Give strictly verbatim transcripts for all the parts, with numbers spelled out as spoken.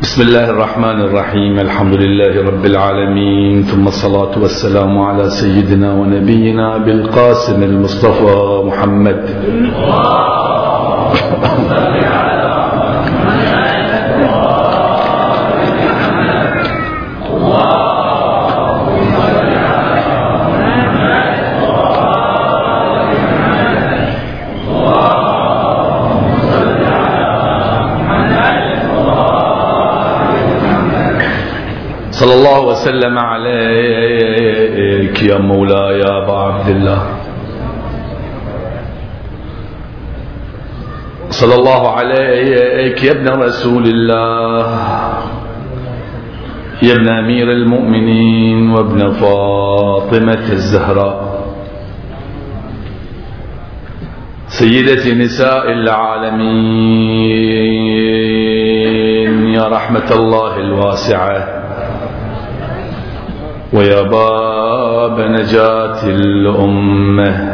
بسم الله الرحمن الرحيم. الحمد لله رب العالمين، ثم الصلاة والسلام على سيدنا ونبينا أبي القاسم المصطفى محمد. صلى الله وسلم عليك يا مولاي يا أبا عبد الله، صلى الله عليك يا ابن رسول الله، يا ابن أمير المؤمنين وابن فاطمة الزهراء، سيدة نساء العالمين، يا رحمة الله الواسعة، ويا باب نجاة الأمة،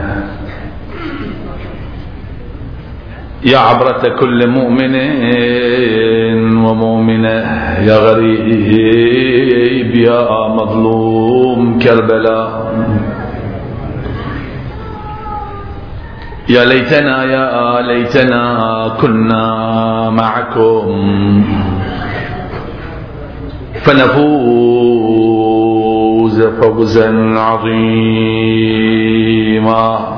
يا عبرة كل مؤمن ومؤمنة، يا غريب يا مظلوم كربلاء، يا ليتنا يا ليتنا كنا معكم فنفوز فوزا عظيما،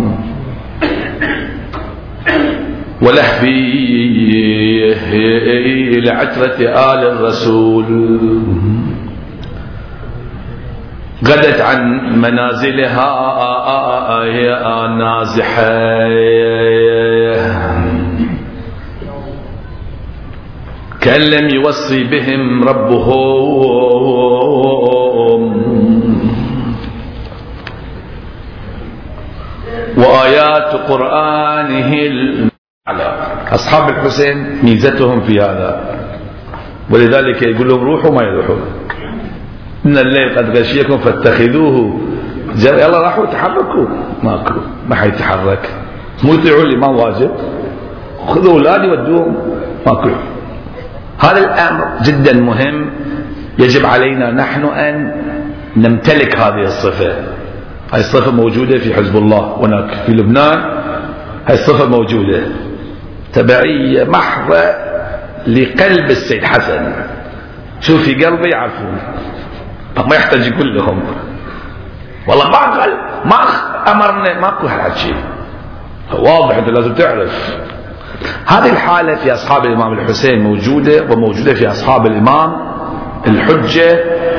ولهفي لعترة آل الرسول غدت عن منازلها نازحة، كأن لم يوصي بهم ربهم، وآيات قرآنه الأعلى. أصحاب الحسين ميزتهم في هذا، ولذلك يقول لهم روحوا ما يروحون، إن الليل قد غشيكم فاتخذوه جر. يلا راحوا تحركوا، ماكو ما حيتحرك، مو يطيعوا الإمام واجب، خذوا أولادي ودوهم، ماكو. هذا الأمر جدا مهم، يجب علينا نحن أن نمتلك هذه الصفة. هذه الصفة موجودة في حزب الله هناك في لبنان، هذه الصفة موجودة، تبعية محضة لقلب السيد حسن. شوف في قلبي يعرفون، ما يحتاج يقول لهم والله ما قال ما أمرنا، ماكو هالشيء، واضح، أنت لازم تعرف. هذه الحالة في أصحاب الإمام الحسين موجودة، وموجودة في أصحاب الإمام الحجة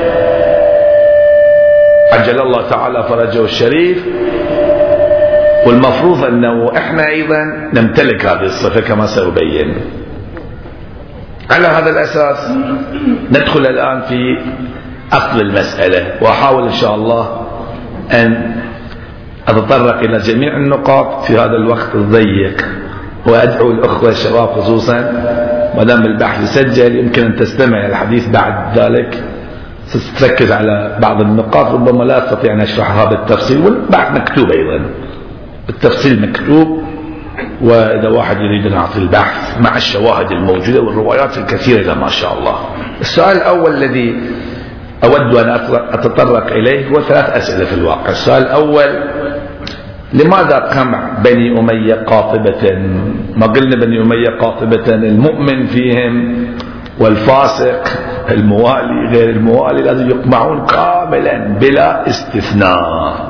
عجل الله تعالى فرجه الشريف، والمفروض أنه إحنا أيضا نمتلك هذه الصفة كما سأبين. على هذا الأساس ندخل الآن في أصل المسألة، وأحاول إن شاء الله أن أتطرق إلى جميع النقاط في هذا الوقت الضيق، وأدعو الأخوة الشباب خصوصا ما دام البحث يسجل يمكن أن تستمع إلى الحديث بعد ذلك، تركز على بعض النقاط ربما لا أستطيع أن أشرحها بالتفصيل، والبحث مكتوب أيضا بالتفصيل مكتوب، وإذا واحد يريد أن أعطي البحث مع الشواهد الموجودة والروايات الكثيرة ما شاء الله. السؤال الأول الذي أود أن أتطرق إليه هو ثلاث أسئلة في الواقع. السؤال الأول: لماذا قمع بني أمية قاطبة؟ ما قلنا بني أمية قاطبة، المؤمن فيهم والفاسق الموالي غير الموالي لازم يقمعون كاملا بلا استثناء.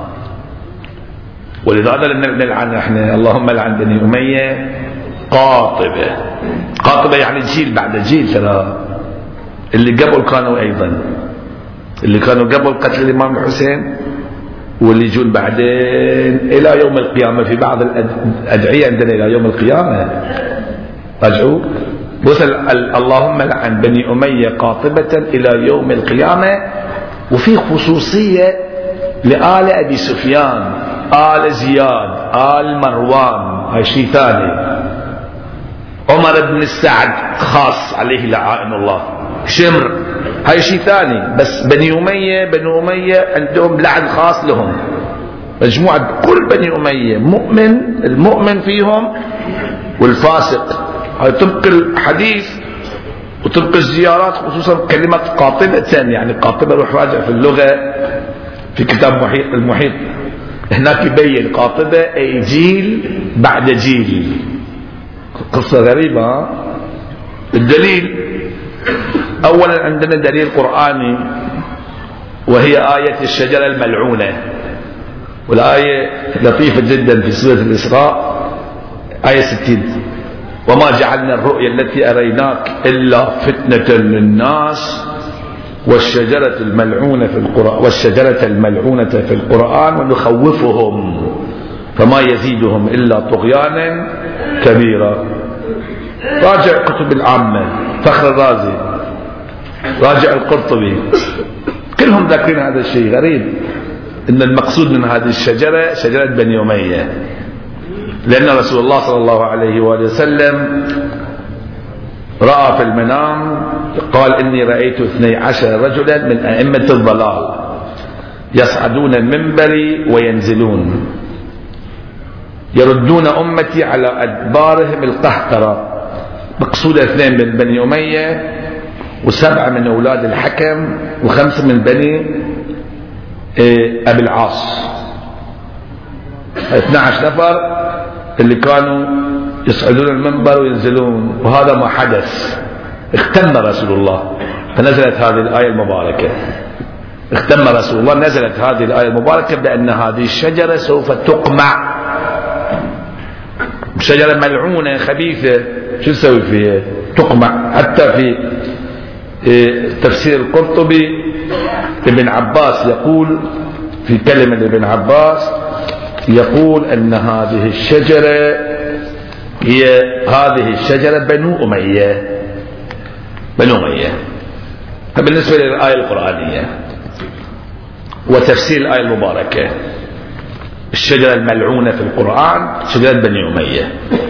ولذلك لما نلعن احنا اللهم لعن بني أمية قاطبة. قاطبة يعني جيل بعد جيل، ترى اللي قبل كانوا أيضا، اللي كانوا قبل قتل الإمام الحسين واللي يجون بعدين إلى يوم القيامة، في بعض الأدعية عندنا إلى يوم القيامة. رجعوا وصل اللهم لعن بني أمية قاطبة إلى يوم القيامة. وفي خصوصية لآل أبي سفيان، آل زياد، آل مروان، هاي شيء ثاني. عمر بن السعد خاص عليه لعائن الله، شمر هاي شيء ثاني، بس بني أمية بني أمية عندهم لعن خاص لهم، مجموعة كل بني أمية، مؤمن المؤمن فيهم والفاسق. هاي طبق الحديث وتلقي الزيارات، خصوصا كلمة قاطبة، يعني قاطبة روح راجع في اللغة في كتاب محيط المحيط هناك يبين قاطبة أي جيل بعد جيل. قصة غريبة. الدليل أولا عندنا دليل قرآني وهي آية الشجرة الملعونة، والآية لطيفة جدا في سورة الإسراء آية ستين: وما جعلنا الرؤيا التي أريناك إلا فتنة للناس والشجرة الملعونة في القرآن والشجرة الملعونة في القرآن ونخوفهم فما يزيدهم إلا طغيانا كبيرا. راجع كتب العامة، فخر الرازي، راجع القرطبي، كلهم ذاكرين هذا الشيء. غريب ان المقصود من هذه الشجرة شجرة بني أمية، لأن رسول الله صلى الله عليه وآله وسلم رأى في المنام قال: إني رأيت اثني عشر رجلا من أئمة الضلال يصعدون المنبر وينزلون يردون أمتي على أدبارهم القهقرة. مقصود اثنين من بني أمية وسبعة من أولاد الحكم وخمسة من بني أبي العاص، اثني عشر نفر اللي كانوا يصعدون المنبر وينزلون. وهذا ما حدث. اختم رسول الله فنزلت هذه الآية المباركة. اختم رسول الله نزلت هذه الآية المباركة بأن هذه الشجرة سوف تقمع، شجرة ملعونة خبيثة، شو نسوي فيها؟ تقمع. حتى في تفسير القرطبي ابن عباس يقول في كلمة ابن عباس يقول أن هذه الشجرة هي هذه الشجرة بنو أمية. بنو أمية. بالنسبة للآية القرآنية وتفسير الآية المباركة، الشجرة الملعونة في القرآن شجرة بني أمية.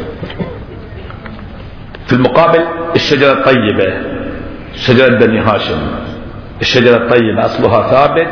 في المقابل الشجرة الطيبة شجرة بني هاشم. الشجرة الطيبة أصلها ثابت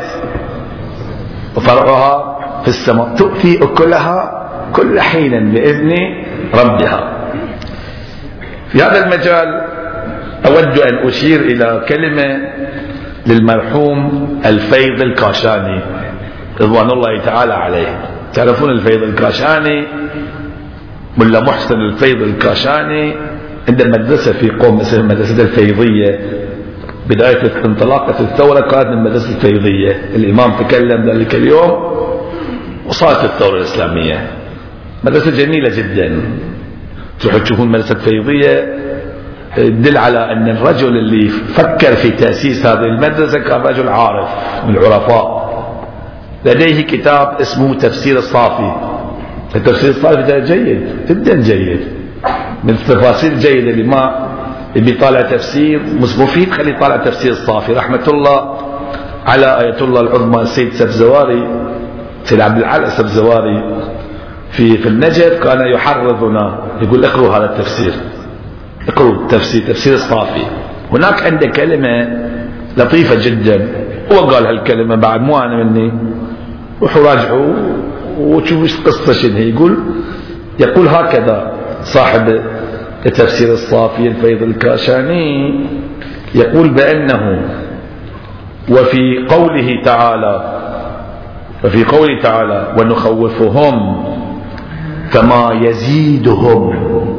وفرعها في السماء، تؤتي أكلها كل حين بإذن ربها. في هذا المجال أود أن أشير إلى كلمة للمرحوم الفيض الكاشاني رضوان الله تعالى عليه. تعرفون الفيض الكاشاني؟ ملا محسن الفيض الكاشاني عنده مدرسة في قوم اسمها مدرسة الفيضية. بداية انطلاقة الثورة كانت من المدرسة الفيضية. الإمام تكلم ذلك اليوم وصارت الثورة الإسلامية. مدرسة جميلة جدا. تروحوا تشوفون مدرسة فيضية تدل على أن الرجل اللي فكر في تأسيس هذه المدرسة كان رجل عارف من العرفاء. لديه كتاب اسمه تفسير الصافي. التفسير الصافي جيد جدا، جيد من التفاسير الجيدة. اللي ما اللي بيطالع تفسير مفيد خليه يطالع تفسير الصافي. رحمة الله على آية الله العظمى السيد سبزواري، سيد عبد العال السبزواري في في النجف كان يحرضنا يقول اقروا هذا التفسير، اقروا تفسير تفسير الصافي. هناك عنده كلمة لطيفة جدا، هو قال هالكلمة بعد مو أنا مني، روحوا راجعوا وشوفوا القصة شنو هي. يقول يقول هكذا صاحب تفسير الصافي الفيض الكاشاني، يقول بأنه وفي قوله تعالى وفي قوله تعالى ونخوفهم فما يزيدهم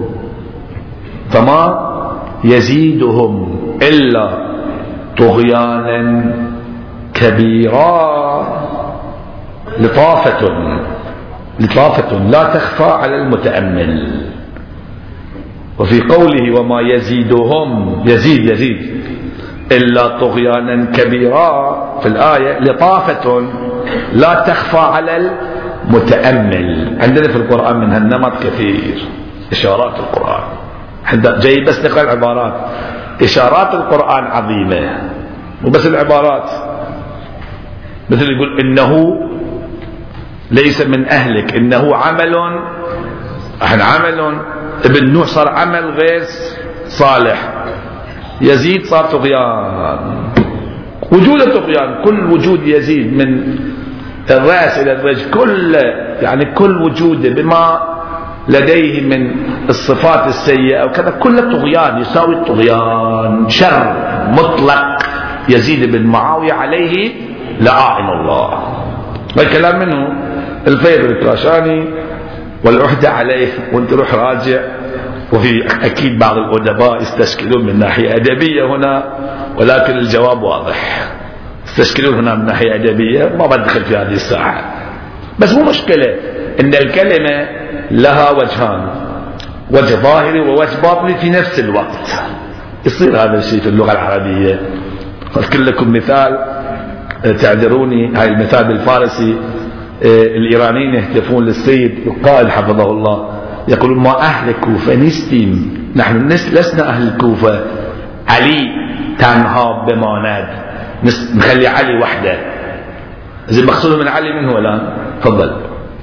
فما يزيدهم إلا طغيانا كبيرا. لطافة لطافة لا تخفى على المتأمل. وفي قوله وما يزيدهم يزيد يزيد إلا طغيانا كبيرا في الآية لطافة لا تخفى على المتأمل. عندنا في القرآن من هالنمط كثير، إشارات القرآن جاي بس نقرأ العبارات. إشارات القرآن عظيمة مو بس العبارات. مثل يقول إنه ليس من أهلك، إنه عمل احنا عمل ابن نوح صار عمل غير صالح، يزيد صار طغيان. وجود طغيان كل وجود يزيد من الرأس إلى الرجل، كل يعني كل وجوده بما لديه من الصفات السيئة وكذا كله طغيان يساوي الطغيان، شر مطلق. يزيد بن معاوية عليه لعائن الله. والكلام منه الفيض الكاشاني والعهدة عليه، وانت روح راجع. وفي أكيد بعض الأدباء يستشكلون من ناحية أدبية هنا، ولكن الجواب واضح. يستشكلون هنا من ناحية أدبية، ما بدخل في هذه الساحة، بس مو مشكلة إن الكلمة لها وجهان، وجه ظاهري ووجه باطني في نفس الوقت. يصير هذا الشيء في اللغة العربية. أذكر لكم مثال، تعذروني، هاي المثال الفارسي. الإيرانيين يهتفون للسيد القائد حفظه الله، يقولون: ما أهل الكوفة نستيم، نحن لسنا أهل الكوفة، علي تنها بماند، نخلي علي وحده. إذا مقصودهم من علي من هو الآن؟ تفضل.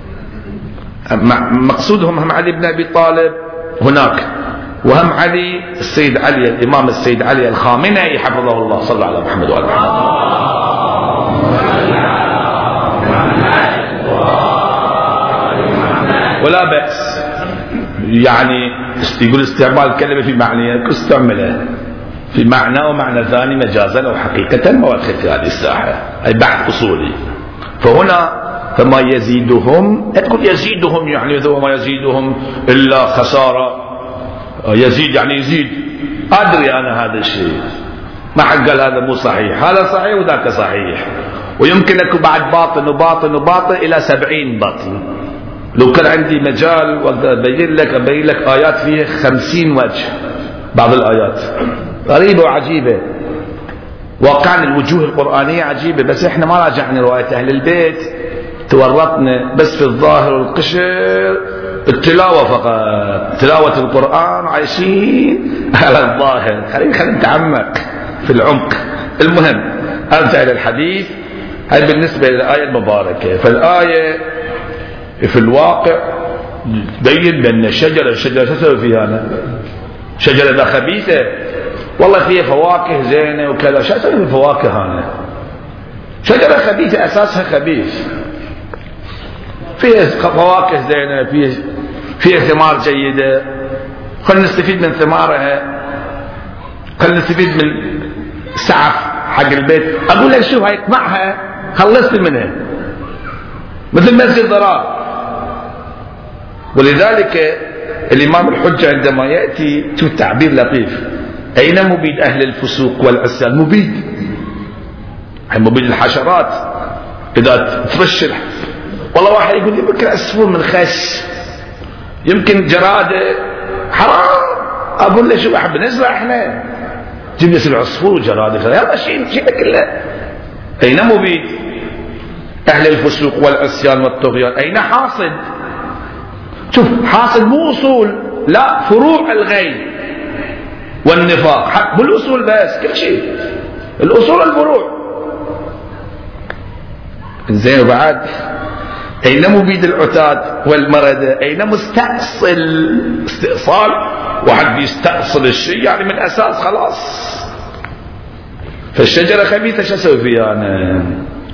مقصودهم هم علي بن أبي طالب هناك، وهم علي السيد علي الإمام السيد علي الخامنئي حفظه الله. صلى على محمد وعلى محمد. ولا بأس، يعني يقول استعمال الكلمة في معنى، استعملها في معنى ومعنى ثاني مجازا أو حقيقة، ما أدخل في هذه الساحة، أي بحث أصولي. فهنا فما يزيدهم، تقول يزيدهم يعني ذو ما يزيدهم إلا خسارة. يزيد يعني يزيد، أدري أنا هذا الشيء، ما حق قال هذا مو صحيح، هذا صحيح وذاك صحيح، ويمكن أكو بعد باطن وباطن وباطن إلى سبعين باطن. لو كان عندي مجال وأبين لك أبين لك آيات فيها خمسين وجه، بعض الآيات غريبة وعجيبة. واقعا الوجوه القرآنية عجيبة، بس احنا ما راجعنا رواية أهل البيت، تورطنا بس في الظاهر والقشر، التلاوة فقط، تلاوة القرآن، عايشين على الظاهر. خلينا خلينا نتعمق في العمق. المهم أرجع إلى الحديث. هذا بالنسبة للآية المباركة. فالآية في الواقع تبين بأن الشجرة الشجرة تسوي فيها أنا شجرة ذا خبيثة، والله فيها فواكه زينة وكذا. شو تسوي الفواكه هنا؟ شجرة خبيثة، أساسها خبيث، فيها فواكه زينة، فيها فيها ثمار جيدة، خلينا نستفيد من ثمارها، خلينا نستفيد من سعف حق البيت. أقول لك شوف، هاي اقمعها، خلصت منها، مثل مسجد ضرار. ولذلك الإمام الحجة عندما يأتي، شوف تعبير لطيف، أين مبيد أهل الفسوق والعصيان؟ مبيد، مبيد الحشرات. إذا تفشل، والله واحد يقول يمكن عصفور من خش، يمكن جرادة، حرام. أقول له شو أحب نزرع إحنا، جيب لي العصفور وجرادة، يلا شيل شيل كله. أين مبيد أهل الفسوق والعصيان والطغيان؟ أين حاصد؟ شوف، حاصد مو أصول، لا، فروع الغي والنفاق، بالأصول بس كل شيء، الأصول الفروع. زين. وبعد أين مبيد العتاد والمردة؟ أين مستأصل؟ استئصال، واحد بيستأصل الشيء يعني من أساس خلاص. فالشجرة خبيثة، شو أسوي فيها أنا؟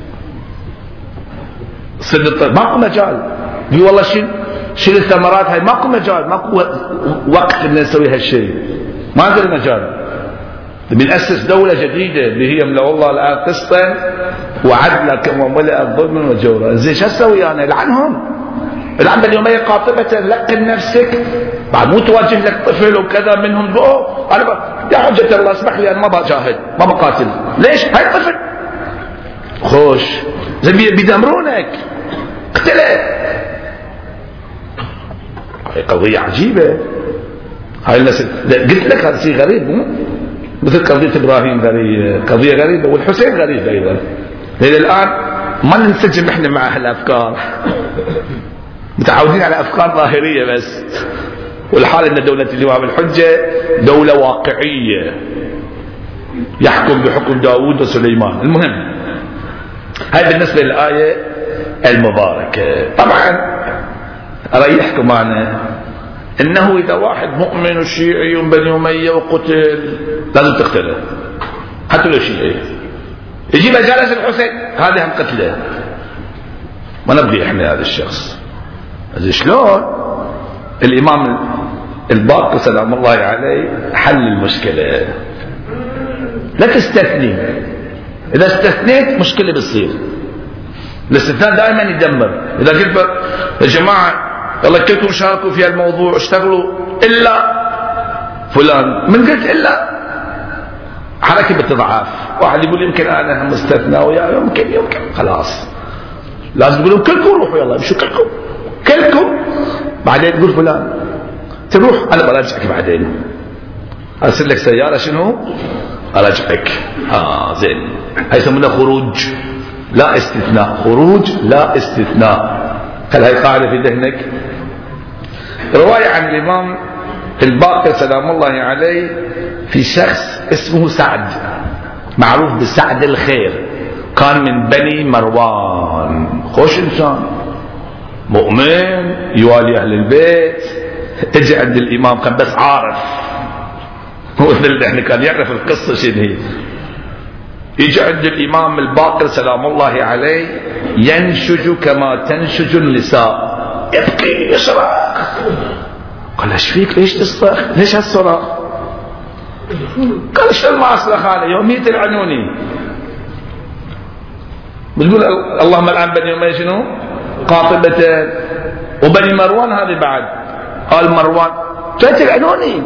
صدق ماكو مجال. دي والله شيل شيل الثمرات هاي، ماكو مجال، ماكو وقت ان نسوي هالشيء، ما عندنا مجال. بنأسس دولة جديدة اللي هي ملا والله الآن قسطا وعدلا كما ملأ الظلم وجورا. زين شو اسوي انا؟ العنهم، العن باليومية قاطبة، لقن نفسك، بعد مو تواجه لك طفل وكذا منهم اوه انا ب... يا حجة الله اسمح لي انا ما بجاهد ما بقاتل. ليش؟ هاي الطفل خوش زين بيدمرونك، اقتله. هاي قضية عجيبة. هاي الناس قلت لك هذا شيء غريب، مو مثل قضية ابراهيم غريبة، قضية غريبة، والحسين غريب ايضا. لأن الان ما ننسجم احنا مع هالافكار، متعودين على افكار ظاهرية بس. والحال ان دولة الامام الحجة دولة واقعية يحكم بحكم داود وسليمان. المهم هاي بالنسبة للآية المباركة. طبعا اريحكم انا انه اذا واحد مؤمن شيعي بني امية وقتل لازم تقتله، حتى لو شيعي. يجي مجالس الحسين هذه هم قتله، ما نبغي احنا هذا الشخص. هذا شلون؟ الإمام الباقر سلام الله عليه حل المشكلة. لا تستثني، إذا استثنيت مشكلة بتصير. الاستثناء دائما يدمر. إذا قلت يا جماعة يلا كلكم شاركوا في الموضوع اشتغلوا إلا فلان، من قلت إلا حركة بتضعف. واحد يقول يمكن أنا مستثنى ويا يمكن يمكن خلاص لازم تقولون كلكم روحوا يلا امشوا كلكم كلكم. بعدين تقول فلان تروح أنا براجعك بعدين أرسل لك سيارة شنو أراجعك. آه زين. هاي يسمونها خروج لا استثناء. خروج لا استثناء. خل هاي قاعدة في ذهنك. رواية عن الإمام الباقر سلام الله عليه في شخص اسمه سعد معروف بسعد الخير، كان من بني مروان، خوش إنسان مؤمن يوالي أهل البيت. اجى عند الإمام كان بس عارف هو اللي كان يعرف القصة شنو هي. يجي عند الإمام الباقر سلام الله عليه ينشج كما تنشج النساء، يبكي يصرخ. قال ايش فيك ليش تصرخ ليش هالصراخ؟ قال شلون ما اصرخ انا يومية العنوني. بتقول اللهم العن بني أمية شنو قاطبة وبني مروان هذه بعد. قال مروان جاءت العنوني.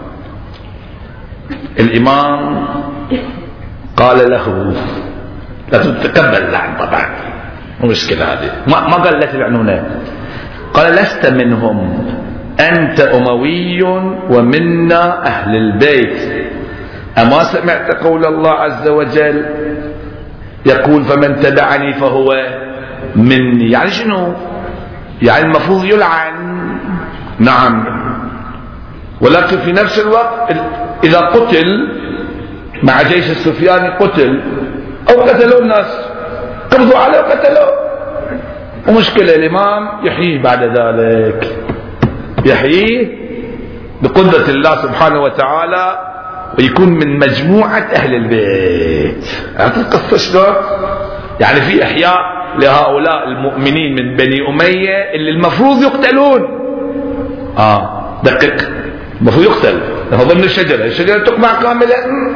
الإمام قال له لا تتقبل اللعن طبعا مو مشكلة هذه، ما, ما قال لا تلعنونه. قال لست منهم أنت أموي ومنا أهل البيت. أما سمعت قول الله عز وجل يقول فمن تبعني فهو مني؟ يعني شنو؟ يعني المفروض يلعن. نعم، ولكن في نفس الوقت إذا قتل مع جيش السفياني قتل أو قتلوا الناس قبضوا عليه وقتلوه ومشكلة الإمام يحييه بعد ذلك، يحييه بقدرة الله سبحانه وتعالى ويكون من مجموعة أهل البيت. هذه القصة شلون؟ يعني في إحياء لهؤلاء المؤمنين من بني أمية اللي المفروض يقتلون. آه دقق، المفروض يقتل لأنه ضمن الشجرة، الشجرة تقمع كاملة.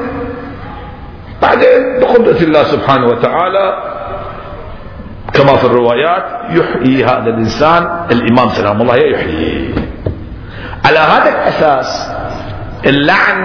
بعدين بقدرة الله سبحانه وتعالى كما في الروايات يحيي هذا الإنسان الإمام سلام الله يحييه. على هذا الأساس اللعن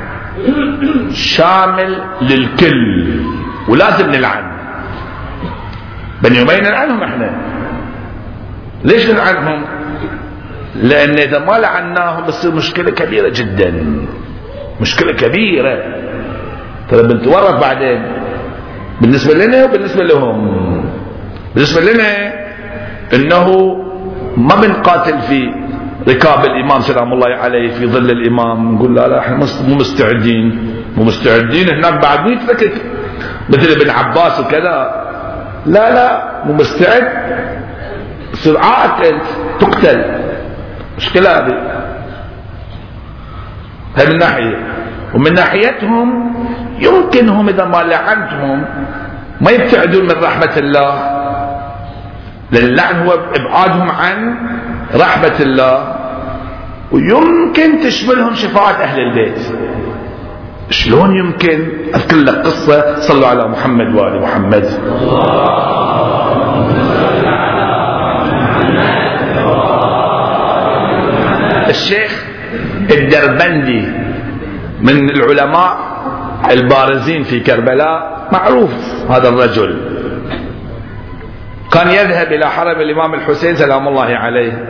شامل للكل ولازم نلعن. بني أمية نلعنهم احنا. ليش نلعنهم؟ لأن إذا ما لعناهم بتصير مشكلة كبيرة جدا، مشكلة كبيرة ترى بنتورط بعدين بالنسبة لنا وبالنسبة لهم. بالنسبة لنا انه ما بنقاتل في ركاب الامام سلام الله عليه في ظل الامام، نقول لا لا احنا مو مستعدين مو مستعدين هناك بعد مية فكك مثل ابن عباس وكذا. لا لا مو مستعد، تصير عاقل تقتل. مشكلة هذه. هاي من ناحية. ومن ناحيتهم يمكنهم إذا ما لعنتهم ما يبتعدون من رحمة الله، لأن اللعن هو إبعادهم عن رحمة الله، ويمكن تشملهم شفاعة أهل البيت. شلون يمكن؟ أذكر لك قصة. صلوا على محمد وآل محمد. الشيخ الدربندي من العلماء البارزين في كربلاء، معروف هذا الرجل، كان يذهب إلى حرم الإمام الحسين سلام الله عليه،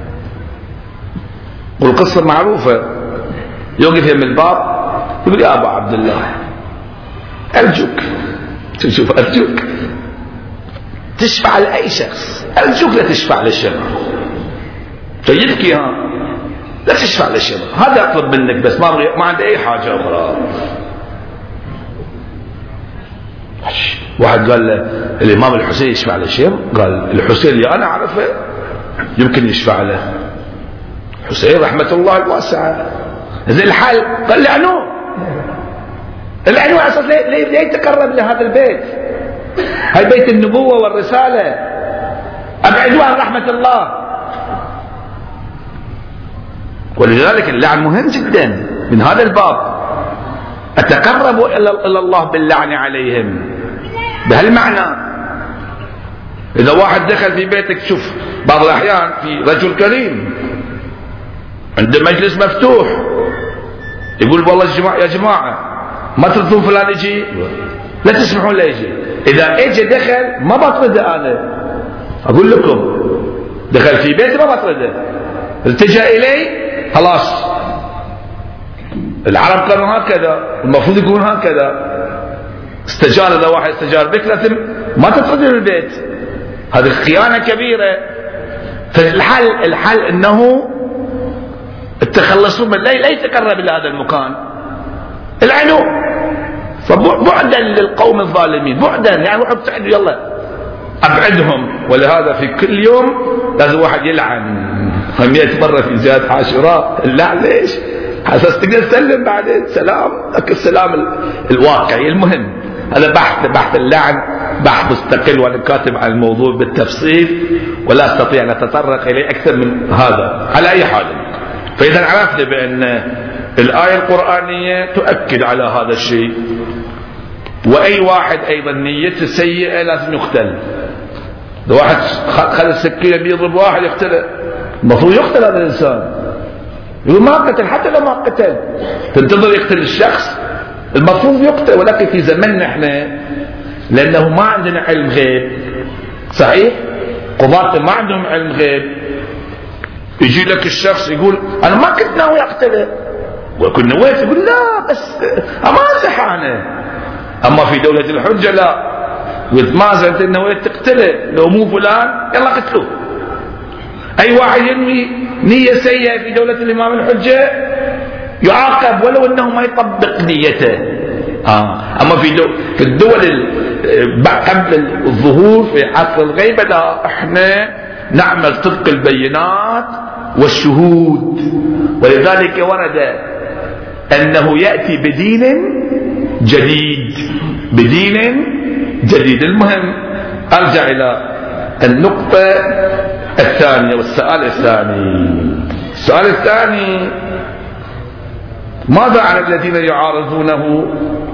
والقصة معروفة. يوقف يم الباب يقول يا أبا عبد الله أرجوك، تشوف أرجوك تشفع لأي شخص، أرجوك لا تشفع للشر. فيبكي ها لا تشفع للشر، هذا أطلب منك بس، ما ما عندي أي حاجة أخرى. واحد قال له الإمام الحسين يشفع للشر؟ قال الحسين اللي أنا أعرفه يمكن يشفع له. حسين رحمة الله الواسعة زي الحال قال لعنوه، لعنوه أساس ليه يتقرب لهذا البيت، هاي بيت النبوة والرسالة، والرسالة، أبعدوا عن رحمة الله. ولذلك اللعن مهم جدا من هذا الباب. أتقرب إلى الله باللعن عليهم بهالمعنى. إذا واحد دخل في بيتك، شوف بعض الأحيان في رجل كريم عنده مجلس مفتوح يقول والله الجماعة يا جماعة ما ترضون فلان يجي، لا تسمحون له يجي. إذا اجى دخل ما بطرده، أنا أقول لكم دخل في بيتي ما بطرده، التجأ إلي خلاص. العرب كانوا هكذا، المفروض يكون هكذا. استجار، إذا واحد استجار بك لازم ما تطرده من البيت، هذه خيانة كبيرة. فالحل الحل انه التخلصون من لا يتقرب الى هذا المكان، العنو. فبعدا للقوم الظالمين، بعدا يعني روحوا ابتعدوا، يلا ابعدهم. ولهذا في كل يوم لازم واحد يلعن مئة مرة في زيادة عاشوراء. اللعن ليش؟ حساس تقدر تسلم بعدين سلام، لكن السلام الواقعي. المهم هذا بحث بحث اللعن بحث مستقل، وانا كاتب عن الموضوع بالتفصيل ولا استطيع ان اتطرق اليه اكثر من هذا. على اي حال، فاذا عرفنا بان الايه القرانيه تؤكد على هذا الشيء، واي واحد ايضا نيته سيئه لازم يقتل. لو واحد خذ السكينه بيضرب واحد يقتله، المفروض يقتل هذا الانسان. يقول ما قتل، حتى لو ما قتل تنتظر يقتل الشخص، المفروض يقتل. ولكن في زمننا احنا لانه ما عندنا علم غيب، صحيح؟ قضاة ما عندهم علم غيب، يجي لك الشخص يقول انا ما كنت ناوي اقتله، وكنت نويت، يقول لا بس امازح انا. اما في دولة الحجة لا، وتمازح انت نويت تقتله، لو مو فلان يلا قتلوه. اي واحد ينوي نية سيئة في دولة الامام الحجة يعاقب ولو انه ما يطبق نيته. آه. اما في, دو في الدول قبل الظهور في عصر الغيبة لا، احنا نعمل طبق البينات والشهود. ولذلك ورد انه يأتي بدين جديد، بدين جديد. المهم ارجع الى النقطة الثانية والسؤال الثاني. السؤال الثاني: ماذا عن الذين يعارضونه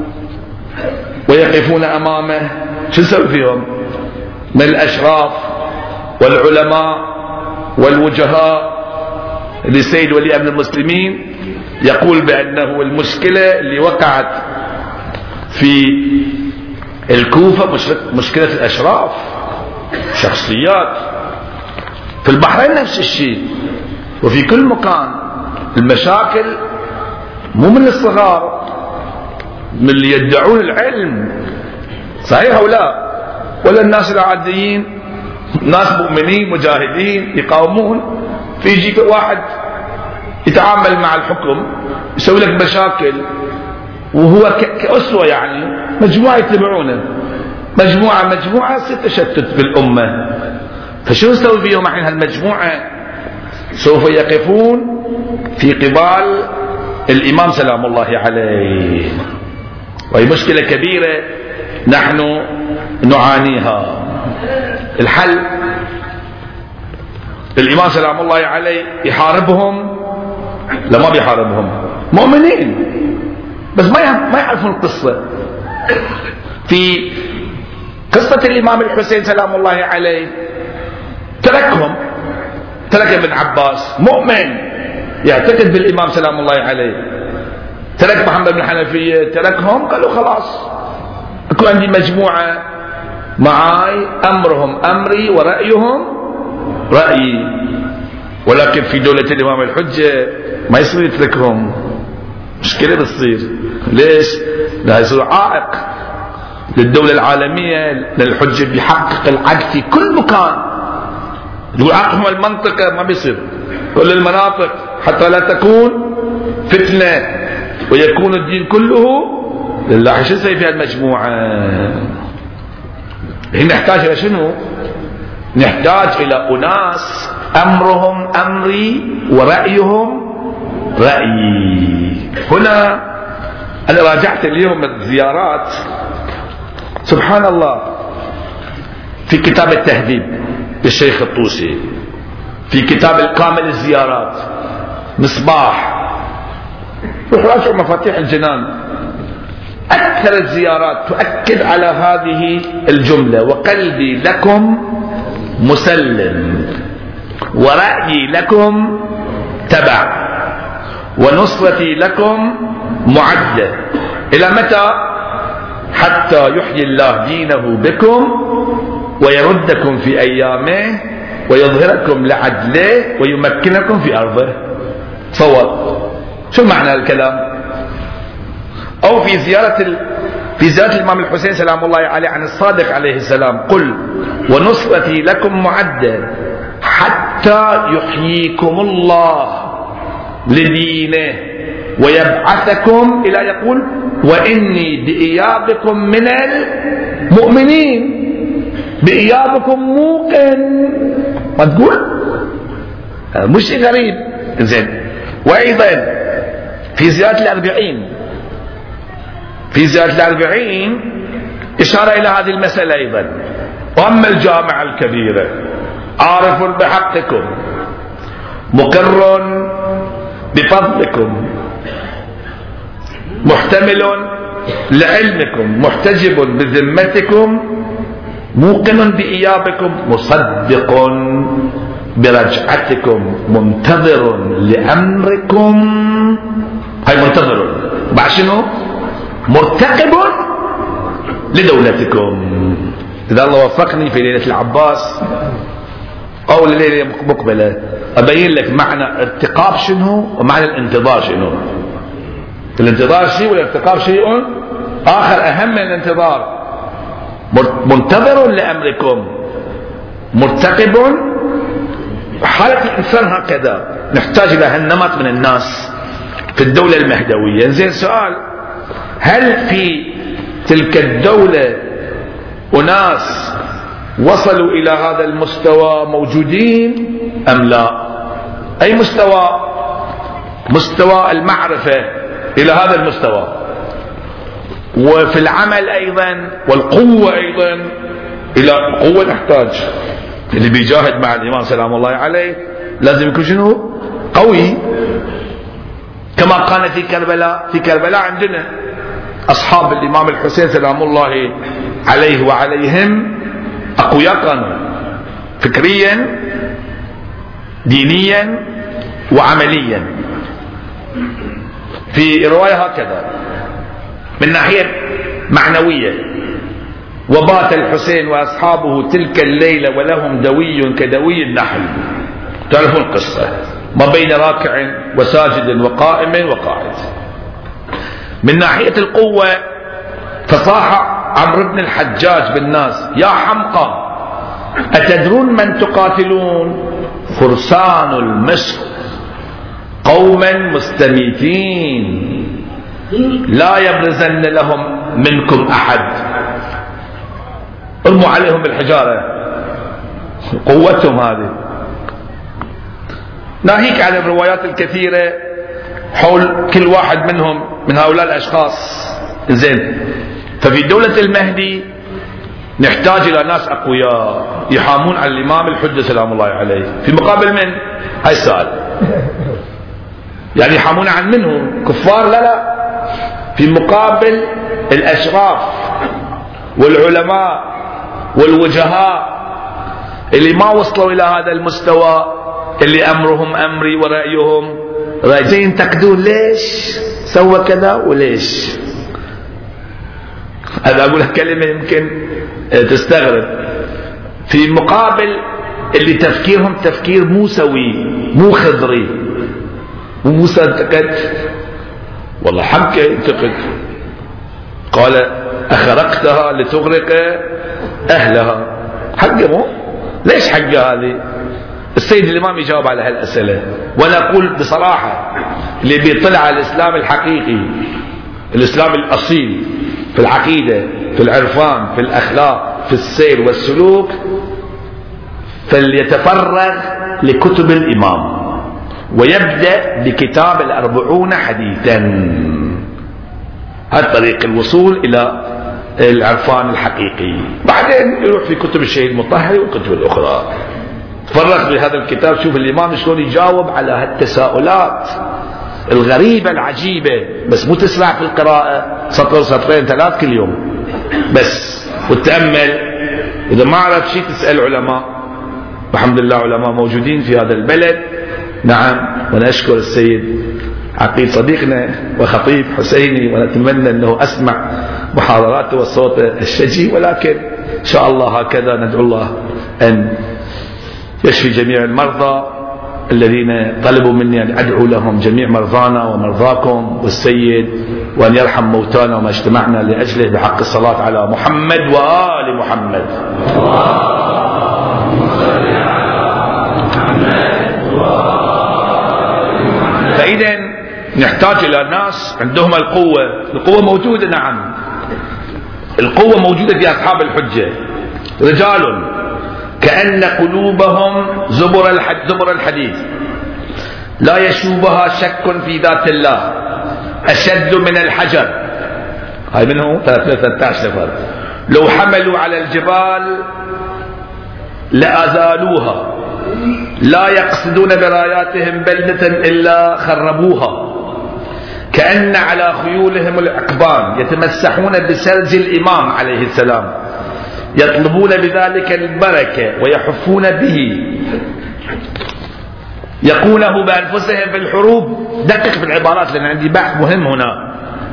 ويقفون امامه؟ شو نسوي فيهم؟ من الاشراف والعلماء والوجهاء. لسيد ولي امر المسلمين يقول بانه المشكله اللي وقعت في الكوفه مشكله الاشراف، شخصيات. في البحرين نفس الشيء، وفي كل مكان المشاكل مو من الصغار، من اللي يدعون العلم، صحيح او لا؟ ولا الناس العاديين، ناس مؤمنين مجاهدين يقاومون. في يجيك واحد يتعامل مع الحكم يسوي لك مشاكل، وهو كأسوة يعني، مجموعة يتبعونه، مجموعة مجموعة ستشتت في الأمة. فشو نسوي فيهم الحين هالمجموعة؟ سوف يقفون في قبال الإمام سلام الله عليه، وهي مشكلة كبيرة نحن نعانيها. الحل الإمام سلام الله عليه يحاربهم؟ لا، ما بيحاربهم، مؤمنين بس ما ما يعرفون القصة. في قصة الإمام الحسين سلام الله عليه تركهم، ترك ابن عباس مؤمن يعتقد بالإمام سلام الله عليه، ترك محمد بن الحنفية، تركهم، قالوا خلاص أكون عندي مجموعة معاي أمرهم أمري ورأيهم رأيي. ولكن في دولة الإمام الحجة ما يصير يتركهم، مشكلة بتصير. ليش؟ لا يصير عائق للدولة العالمية، للحجة بيحقق العدل في كل مكان. يقول عقهم المنطقة ما بيصير، كل المناطق، حتى لا تكون فتنة ويكون الدين كله لله. شو نسوي في المجموعة؟ نحتاج إلى شنو؟ نحتاج إلى أناس أمرهم أمري ورأيهم رأيي. هنا أنا راجعت اليوم الزيارات، سبحان الله، في كتاب التهذيب للشيخ الطوسي، في كتاب الكامل الزيارات، مصباح، روح راجعوا مفاتيح الجنان، أكثر الزيارات تؤكد على هذه الجملة: وقلبي لكم مسلم، ورأيي لكم تبع، ونصرتي لكم معدة. إلى متى؟ حتى يحيي الله دينه بكم ويردكم في أيامه ويظهركم لعدله ويمكنكم في أرضه. تصور شو معنى الكلام؟ أو في زيارة ال... في زيارة الإمام الحسين سلام الله عليه عن الصادق عليه السلام: قل ونصرتي لكم معدة حتى يحييكم الله لدينه ويبعثكم إلى يقول وإني بإيابكم من المؤمنين، بإيابكم موقن. ما تقول مش غريب. زين. وأيضا في زيارة الأربعين، في زيارة الأربعين إشارة إلى هذه المسألة أيضا: وأما الجامعة الكبيرة عارف بحقكم مقر بفضلكم محتمل لعلمكم محتجب بذمتكم موقن بإيابكم مصدق برجعتكم منتظر لأمركم. هاي منتظر بعد شنو؟ مرتقب لدولتكم. إذا الله وفقني في ليلة العباس أو الليلة مقبلة أبين لك معنى ارتقاب شنو ومعنى الانتظار شنو. الانتظار شيء والارتقاب شيء آخر أهم من الانتظار. منتظر لأمركم مرتقب. حالة الإنسان هكذا، نحتاج إلى هالنمط من الناس في الدولة المهدوية. زين، سؤال: هل في تلك الدولة أناس وصلوا إلى هذا المستوى موجودين أم لا؟ أي مستوى؟ مستوى المعرفة إلى هذا المستوى، وفي العمل أيضا، والقوة أيضا. إلى قوة نحتاج. اللي بيجاهد مع الإمام سلام الله عليه لازم يكون شنو؟ قوي. كما كان في كربلاء. في كربلاء عندنا أصحاب الإمام الحسين سلام الله عليه وعليهم أقوياء كانوا فكريا دينيا وعمليا. في رواية هكذا من ناحية معنوية: وبات الحسين وأصحابه تلك الليلة ولهم دوي كدوي النحل. تعرفون القصة، ما بين راكع وساجد وقائم وقاعد. من ناحية القوة فصاح عمرو بن الحجاج بالناس: يا حمقى أتدرون من تقاتلون؟ فرسان المصر قوما مستميتين لا يبرزن لهم منكم أحد. ارموا عليهم بالحجارة. قوتهم هذه. ناهيك عن الروايات الكثيرة حول كل واحد منهم من هؤلاء الأشخاص. زين. ففي دولة المهدي نحتاج إلى ناس أقوياء يحامون على الإمام الحجة سلام الله عليه. في مقابل من؟ هاي السؤال. يعني يحامون عن منهم كفار؟ لا لا، في مقابل الأشراف والعلماء والوجهاء اللي ما وصلوا إلى هذا المستوى، اللي أمرهم أمري ورأيهم رأيي. ينتقدون ليش سوى كذا وليش. هذا أقول كلمة يمكن تستغرب. في مقابل اللي تفكيرهم تفكير مو سوي مو خضري. وموسى انتقد، والله حمك انتقد، قال أخرقتها لتغرق أهلها. حقه مو؟ ليش حقه هذه؟ السيد الإمام يجاوب على هالأسئلة. وأنا أقول بصراحة اللي بيطلع على الإسلام الحقيقي، الإسلام الأصيل في العقيدة في العرفان في الأخلاق في السير والسلوك، فليتفرغ لكتب الإمام ويبدأ بكتاب الأربعون حديثا. هذا طريق الوصول إلى العرفان الحقيقي. بعدين يروح في كتب الشهيد المطهري والكتب الأخرى. تفرغ بهذا الكتاب، شوف الإمام شلون يجاوب على هالتساؤلات الغريبة العجيبة، بس مو تسرع في القراءة، سطر سطرين ثلاث كل يوم بس، وتأمل. إذا ما عرف شيء تسأل علماء، الحمد لله علماء موجودين في هذا البلد. نعم، ونشكر السيد عقيل صديقنا وخطيب حسيني، ونتمنى أنه أسمع محاضراته والصوت الشجي، ولكن إن شاء الله هكذا ندعو الله أن يشفي جميع المرضى الذين طلبوا مني أن أدعو لهم، جميع مرضانا ومرضاكم والسيد، وأن يرحم موتانا وما اجتمعنا لأجله، بحق الصلاة على محمد وآل محمد. فإذا نحتاج إلى ناس عندهم القوة. القوة موجودة، نعم، القوة موجودة في أصحاب الحجة، رجال كأن قلوبهم زبر زبر الحديد، لا يشوبها شك في ذات الله، أشد من الحجر. هاي منه ثلاثة عشر نفر، لو حملوا على الجبال لأزالوها، لا يقصدون براياتهم بلدة إلا خربوها، كأن على خيولهم العقبان، يتمسحون بسرج الإمام عليه السلام، يطلبون بذلك البركة ويحفون به، يقونه بأنفسهم في الحروب. دقق في العبارات لأن عندي بحث مهم هنا.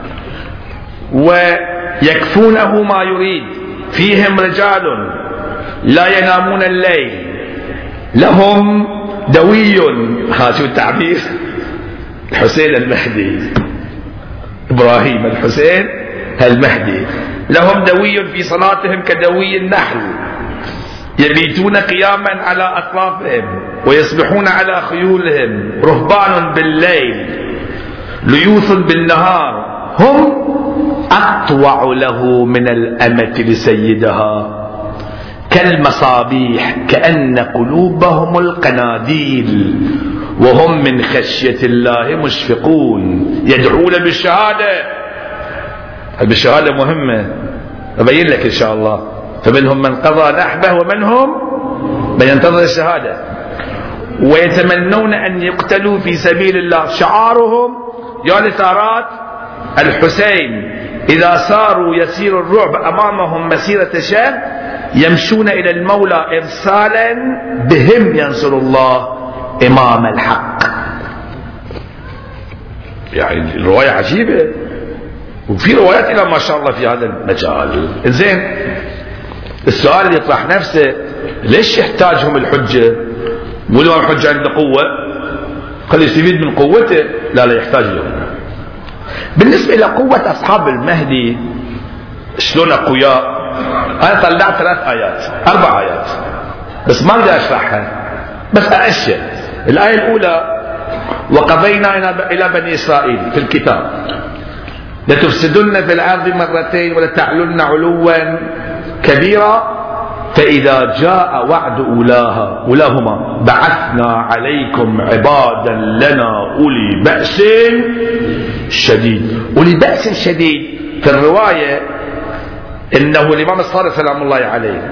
ويكفونه ما يريد، فيهم رجال لا ينامون الليل، لهم دوي، ها شو التعبير، الحسين المهدي، إبراهيم الحسين المهدي، لهم دوي في صلاتهم كدوي النحل، يبيتون قياما على أطرافهم ويسبحون على خيولهم، رهبان بالليل ليوث بالنهار، هم أطوع له من الأمة لسيدها، كالمصابيح كأن قلوبهم القناديل، وهم من خشية الله مشفقون، يدعون بالشهادة. بالشهادة مهمة، أبين لك إن شاء الله. فمنهم من قضى نحبه ومنهم من ينتظر الشهادة، ويتمنون أن يقتلوا في سبيل الله. شعارهم يا لثارات الحسين، إذا ساروا يسير الرعب أمامهم مسيرة شهر، يمشون إلى المولى إرسالا، بهم ينصر الله إمام الحق. يعني الرواية عجيبة، وفي روايات إلى ما شاء الله في هذا المجال. زين، السؤال اللي يطرح نفسه، ليش يحتاجهم الحجة؟ مو لهم الحجة عنده قوة خلي يستفيد من قوته، لا لا يحتاج لهم. بالنسبة إلى قوة أصحاب المهدي شلون أقوياء، أنا طلعت ثلاث آيات أربع آيات بس ما أقدر أشرحها، بس أأشر. الآية الأولى: وقضينا إلى بني إسرائيل في الكتاب لتفسدن في الأرض مرتين ولتعلن علوا كبيرا، فإذا جاء وعد أولاها أولاهما بعثنا عليكم عبادا لنا أولي بأس شديد. أولي بأس شديد في الرواية إنه الإمام الصادق سلام الله عليه،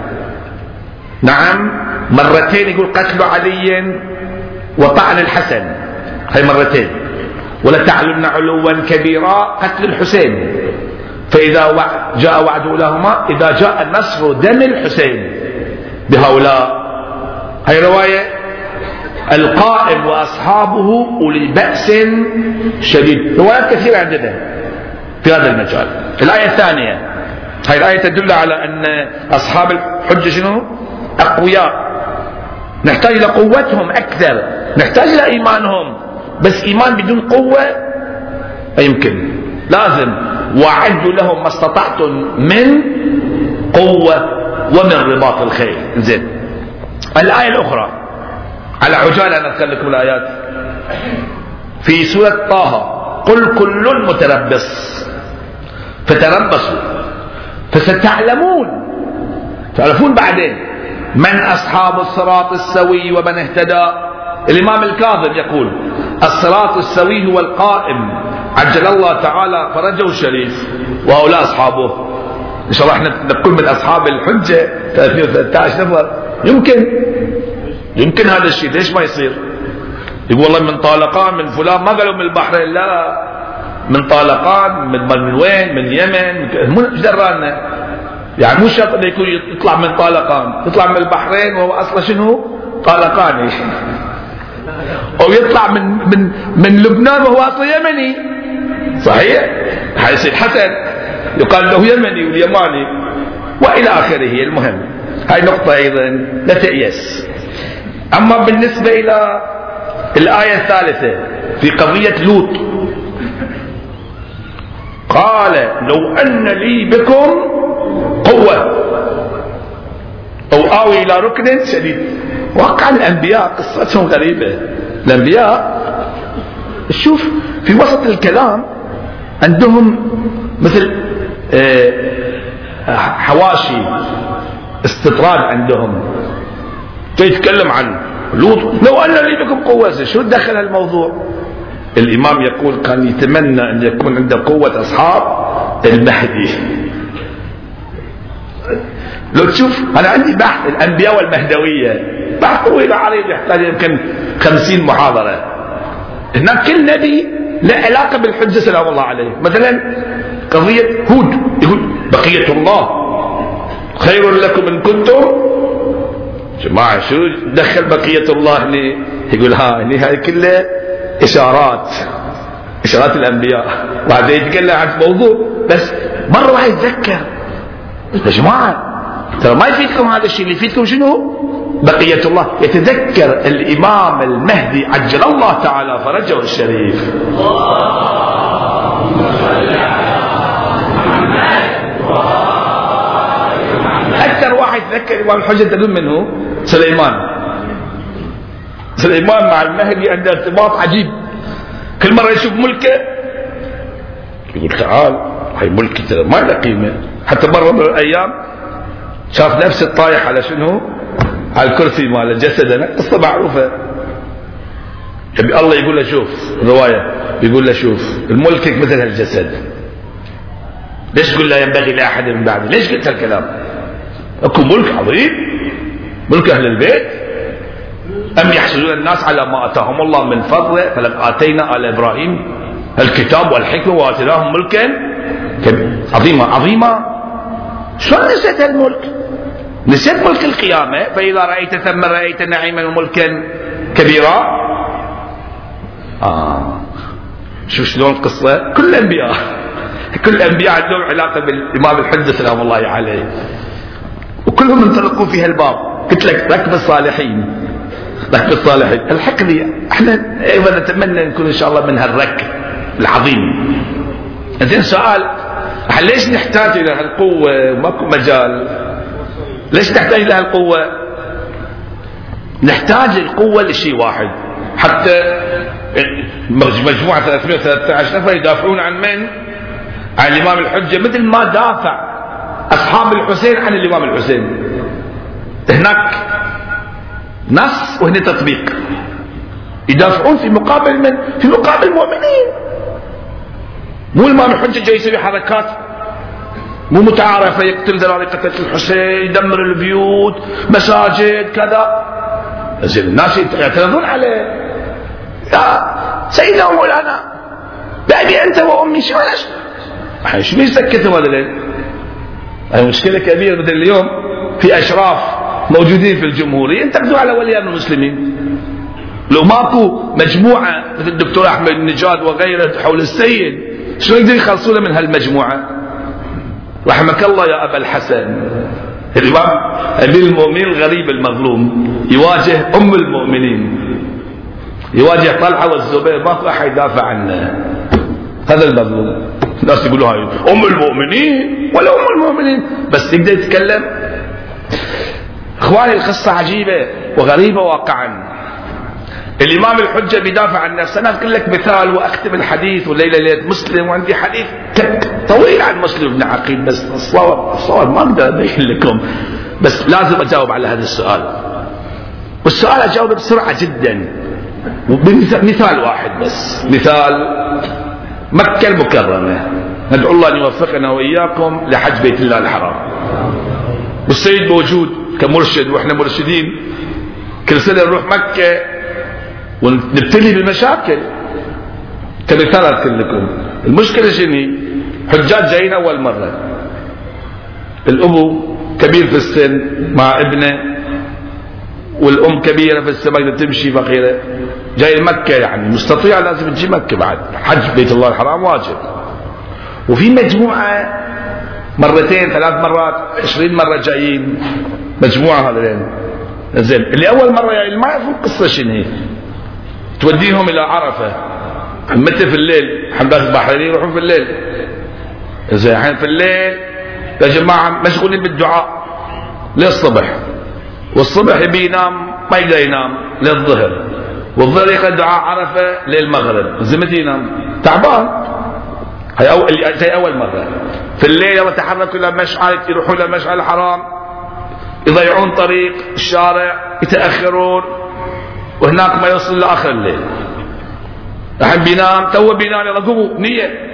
نعم، مرتين يقول قتل علي وطعن الحسن، هاي مرتين، ولتعلن علوا كبيرا قتل الحسين، فإذا جاء وعد أولاهما إذا جاء النصر دم الحسين بهؤلاء. هاي رواية. القائم وأصحابه أولي بأس شديد، روايات كثيرة عندنا في هذا المجال. الآية الثانية، هاي الآية تدل على أن أصحاب الحجة شنو؟ أقوياء، نحتاج إلى قوتهم أكثر، نحتاج إلى إيمانهم، بس إيمان بدون قوة لا يمكن، لازم وأعدوا لهم ما استطعتم من قوة ومن رباط الخيل. زين، الآية الأخرى على عجالة أنا أذكر لكم الآيات في سورة طه: قل كل متربص فتربصوا فستعلمون، تعرفون بعدين من أصحاب الصراط السوي ومن اهتدى. الإمام الكاظم يقول: الصراط السوي هو القائم عجل الله تعالى فرجه الشريف وهؤلاء أصحابه. إن شاء الله احنا نكون من أصحاب الحجة ثلاثمئة وثلاثة عشر نفر، يمكن يمكن هذا الشيء، ليش ما يصير؟ يقول والله من طالقان من فلان، ما قالوا من البحرين، لا من طالقان من, من وين؟ من اليمن. مو ايش درانا؟ يعني مو شرط انه يكون يطلع من طالقان، يطلع من البحرين وهو اصلا شنو؟ طالقاني. او يطلع من من من لبنان وهو اصلا يمني. صحيح؟ حيصير حسن، يقال له يمني واليماني والى اخره. المهم هاي نقطة ايضا لا تيأس. اما بالنسبة الى الآية الثالثة في قضية لوط، قال لو أن لي بكم قوة أو آوي إلى ركن شديد. واقع الأنبياء قصتهم غريبة. الأنبياء شوف في وسط الكلام عندهم مثل حواشي استطراد عندهم يتكلم عن لوط. لو أن لي بكم قوة، شو دخل الموضوع؟ الإمام يقول كان يتمنى أن يكون عنده قوة أصحاب المهدي. لو تشوف أنا عندي بحث الأنبياء والمهدوية، بحث طويل عريض يحتاج يمكن خمسين محاضرة. هناك كل نبي له علاقة بالحجة سلام الله عليه. مثلا قضية هود يقول بقية الله خير لكم إن كنتم جماعة. شو دخل بقية الله لي؟ يقول ها هاي كلها إشارات، إشارات الأنبياء. وبعدين يتكلم عن موضوع بس مرة واحد يتذكر يا جماعة ترى ما يفيدكم هذا الشيء، اللي يفيدكم شنو؟ بقية الله. يتذكر الإمام المهدي عجل الله تعالى فرجه الشريف. أكثر واحد يتذكر الإمام الحجة تدون منه سليمان. سليمان مع المهدي عنده ارتباط عجيب. كل مرة يشوف ملكه يقول تعال هاي ملكي ترى ما له قيمة. حتى مرة من الأيام شاف نفسه طايح على شنو؟ على الكرسي ماله جسده. قصة معروفة. يبي الله يقول له شوف رواية، يقول له شوف الملكك مثل هالجسد، ليش تقول لا ينبغي لأحد من بعدي؟ ليش قلت هالكلام؟ اكو ملك عظيم، ملك أهل البيت. أم يحسدون الناس على ما أتاهم الله من فضله فلم آتينا آل إبراهيم الكتاب والحكمة وآتيناهم ملكا عظيما عظيما. شلون نسيت الملك؟ نسيت ملك القيامة. فإذا رأيت ثم رأيت نعيما وملكا كبيرا. آه شو شلون القصة؟ كل الأنبياء كل الأنبياء عندهم علاقة بالإمام الحجة سلام الله عليه، وكلهم انطلقوا في هالباب. قلت لك ركب الصالحين، ركب الصالحين. الحق لي احنا ايضا نتمنى نكون ان شاء الله من هالركب العظيم. زين سؤال، ليش نحتاج الى هالقوة؟ ماكو مجال. ليش نحتاج الى هالقوة؟ نحتاج القوة لشيء واحد، حتى مجموعة ثلاثمئة وثلاثة عشر نفر يدافعون عن من؟ عن الإمام الحجة، مثل ما دافع أصحاب الحسين عن الإمام الحسين. هناك نص وهنا تطبيق. يدافعون في مقابل من؟ في مقابل المؤمنين. مو الإمام الحجة جاي يسوي حركات مو متعارفة، يقتل ذلك قتل الحسين، يدمر البيوت، مساجد كذا. زين الناس يعترضون عليه. يا سيدنا ومولانا بأبي أنت وأمي شو ولا شو بيسكتوا هذول؟ هاي مشكلة كبيرة. مثل اليوم في أشراف موجودين في الجمهورية ينتقدوا على ولي أمر المسلمين. لو ماكو مجموعة مثل الدكتور أحمد النجاد وغيره حول السيد، شو يقدر يخلصونه من هالمجموعة؟ رحمك الله يا أبا الحسن. الإمام أمير المؤمنين الغريب المظلوم يواجه أم المؤمنين، يواجه طلحة والزبير، ماكو أحد يدافع عنه. هذا المظلوم. الناس يقولوا هاي أم المؤمنين ولا أم المؤمنين، بس يقدر يتكلم. إخواني القصة عجيبة وغريبة واقعا. الإمام الحجة بيدافع عن نفسه. أنا أذكر لك مثال وأختم الحديث، والليلة ليلة مسلم وعندي حديث طويل عن مسلم بن عقيل، بس الصور الصور ما أقدر أبين لكم، بس لازم أجاوب على هذا السؤال. والسؤال أجاوبه بسرعة جدا بمثال واحد بس. مثال مكة المكرمة. ندعو الله أن يوفقنا وإياكم لحج بيت الله الحرام، والسيد موجود كمرشد وإحنا مرشدين كل سنة نروح مكة ونبتلي بالمشاكل. كمثال أذكر لكم المشكلة شنو؟ حجاج جايين أول مرة، الأبو كبير في السن مع ابنه والأم كبيرة في السن ما تمشي فقيرة، جاي مكة يعني مستطيع لازم تجي مكة بعد حج بيت الله الحرام واجب. وفي مجموعة مرتين ثلاث مرات عشرين مرة جايين مجموعة هذين زين. اللي أول مرة يعني ما يعرفون القصة شنو، توديهم إلى عرفة متى في الليل، حمدات البحرين يروحون في الليل زين. الحين في الليل يا جماعة مشغولين بالدعاء للصبح، والصبح يبي ينام ما يقدر ينام للظهر، والظهر يقرأ دعاء عرفة للمغرب، زي متى ينام؟ تعبان. هاي أول زي أول مرة. في الليل يلا تحركوا إلى مشعل، يروحون إلى مشعل الحرام، يضيعون طريق الشارع، يتأخرون، وهناك ما يوصل لآخر الليل. الحين بينام تو بينام يلا قوموا نية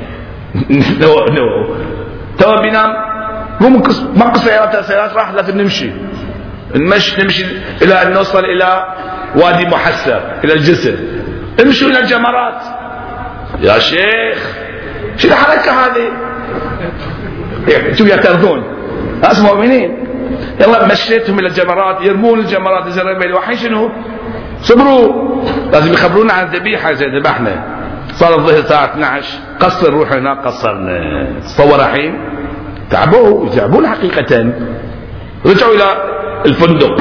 نو نو تو بينام قوموا ما قص سيارات سيارات راح لازم نمشي نمشي نمشي إلى أن نوصل إلى وادي محسر إلى الجسر، امشوا إلى الجمرات. يا شيخ شو الحركة هذه؟ شو يعترضون ناس مؤمنين. يلا مشيتهم إلى الجمرات، يرمون الجمرات يزرمون، وحين شنو؟ صبروا لازم يخبرونا عن الذبيحة زي ذبحنا. صار الظهر الساعة اثني عشر قصر نروح هناك قصرنا. تصور الحين تعبوا يتعبون حقيقة. رجعوا إلى الفندق